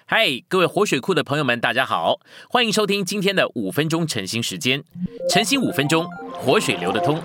嗨，各位活水库的朋友们，大家好，欢迎收听今天的5分钟晨兴时间。晨兴5分钟，活水流得通。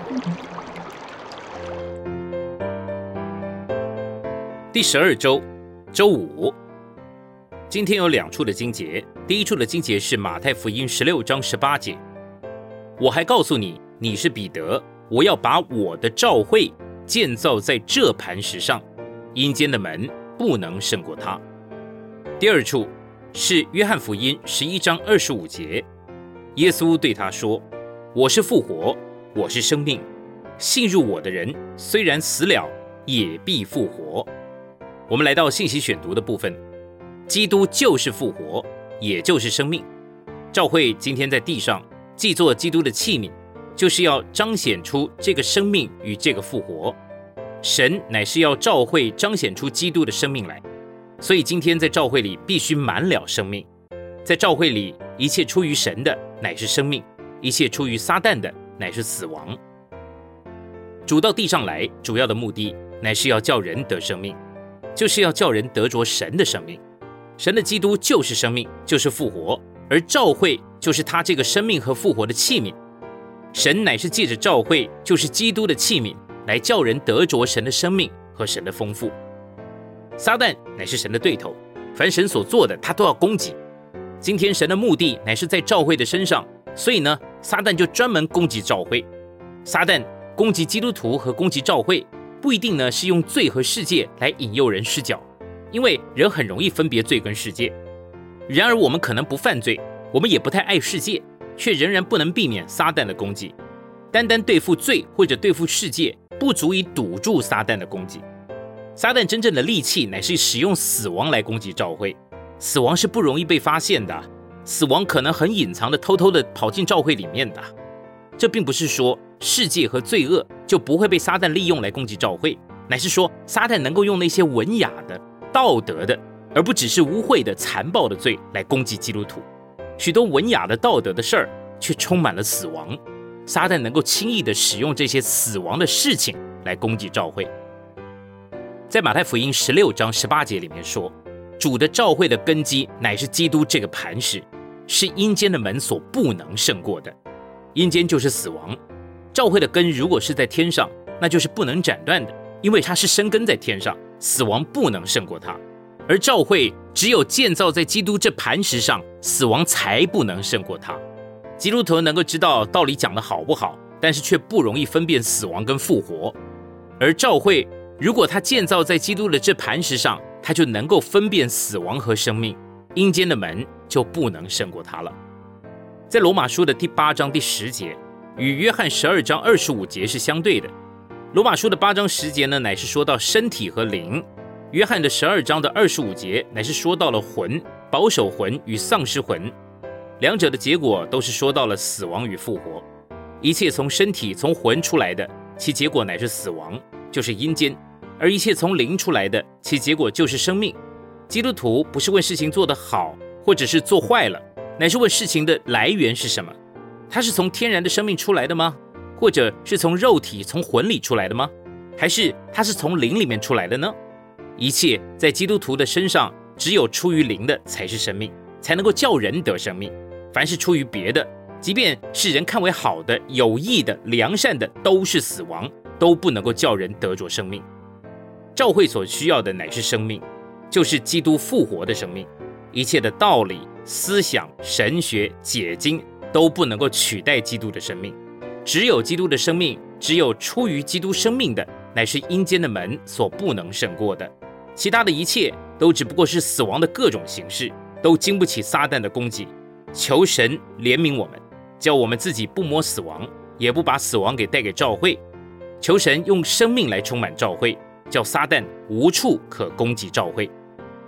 第12周，周五。今天有2处的经节，第一处的经节是马太福音16章18节。我还告诉你，你是彼得，我要把我的召会建造在这磐石上，阴间的门不能胜过它。第二处是约翰福音11章25节，耶稣对他说：我是复活，我是生命，信入我的人虽然死了，也必复活。我们来到信息选读的部分，基督就是复活，也就是生命。召会今天在地上既作基督的器皿，就是要彰显出这个生命与这个复活。神乃是要召会彰显出基督的生命来，所以今天在召会里必须满了生命。在召会里，一切出于神的乃是生命，一切出于撒旦的乃是死亡。主到地上来，主要的目的乃是要叫人得生命，就是要叫人得着神的生命。神的基督就是生命，就是复活，而召会就是他这个生命和复活的器皿。神乃是借着召会，就是基督的器皿，来叫人得着神的生命和神的丰富。撒旦乃是神的对头，凡神所做的他都要攻击。今天神的目的乃是在召会的身上，所以呢，撒旦就专门攻击召会。撒旦攻击基督徒和攻击召会，不一定呢是用罪和世界来引诱人失脚，因为人很容易分别罪跟世界。然而我们可能不犯罪，我们也不太爱世界，却仍然不能避免撒旦的攻击。单单对付罪或者对付世界，不足以堵住撒旦的攻击。撒旦真正的利器乃是使用死亡来攻击召会。死亡是不容易被发现的，死亡可能很隐藏的偷偷的跑进召会里面的。这并不是说世界和罪恶就不会被撒旦利用来攻击召会，乃是说撒旦能够用那些文雅的、道德的，而不只是污秽的、残暴的罪来攻击基督徒。许多文雅的、道德的事儿却充满了死亡，撒旦能够轻易的使用这些死亡的事情来攻击召会。在马太福音16章18节里面说，主的召会的根基乃是基督这个磐石，是阴间的门所不能胜过的。阴间就是死亡，召会的根如果是在天上，那就是不能斩断的，因为它是生根在天上，死亡不能胜过它。而召会只有建造在基督这磐石上，死亡才不能胜过它。基督徒能够知道道理讲得好不好，但是却不容易分辨死亡跟复活。而召会如果他建造在基督的这磐石上，他就能够分辨死亡和生命，阴间的门就不能胜过他了。在罗马书的第8章第10节，与约翰12章25节是相对的。罗马书的8章10节呢，乃是说到身体和灵；约翰的12章的25节，乃是说到了魂，保守魂与丧失魂。两者的结果都是说到了死亡与复活。一切从身体、从魂出来的，其结果乃是死亡，就是阴间；而一切从灵出来的，其结果就是生命。基督徒不是问事情做得好，或者是做坏了，乃是问事情的来源是什么。它是从天然的生命出来的吗？或者是从肉体、从魂里出来的吗？还是它是从灵里面出来的呢？一切在基督徒的身上，只有出于灵的才是生命，才能够叫人得生命。凡是出于别的，即便是人看为好的、有益的、良善的，都是死亡，都不能够叫人得着生命。召会所需要的乃是生命，就是基督复活的生命。一切的道理、思想、神学、解经都不能够取代基督的生命。只有基督的生命，只有出于基督生命的，乃是阴间的门所不能胜过的。其他的一切都只不过是死亡的各种形式，都经不起撒旦的攻击。求神怜悯我们，叫我们自己不摸死亡，也不把死亡给带给召会。求神用生命来充满召会，叫撒旦无处可攻击召会。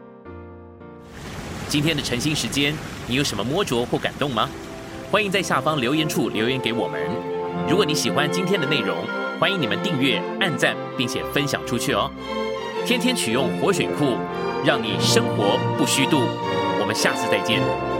今天的晨兴时间，你有什么摸着或感动吗？欢迎在下方留言处留言给我们。如果你喜欢今天的内容，欢迎你们订阅、按赞，并且分享出去哦。天天取用活水库，让你生活不虚度。我们下次再见。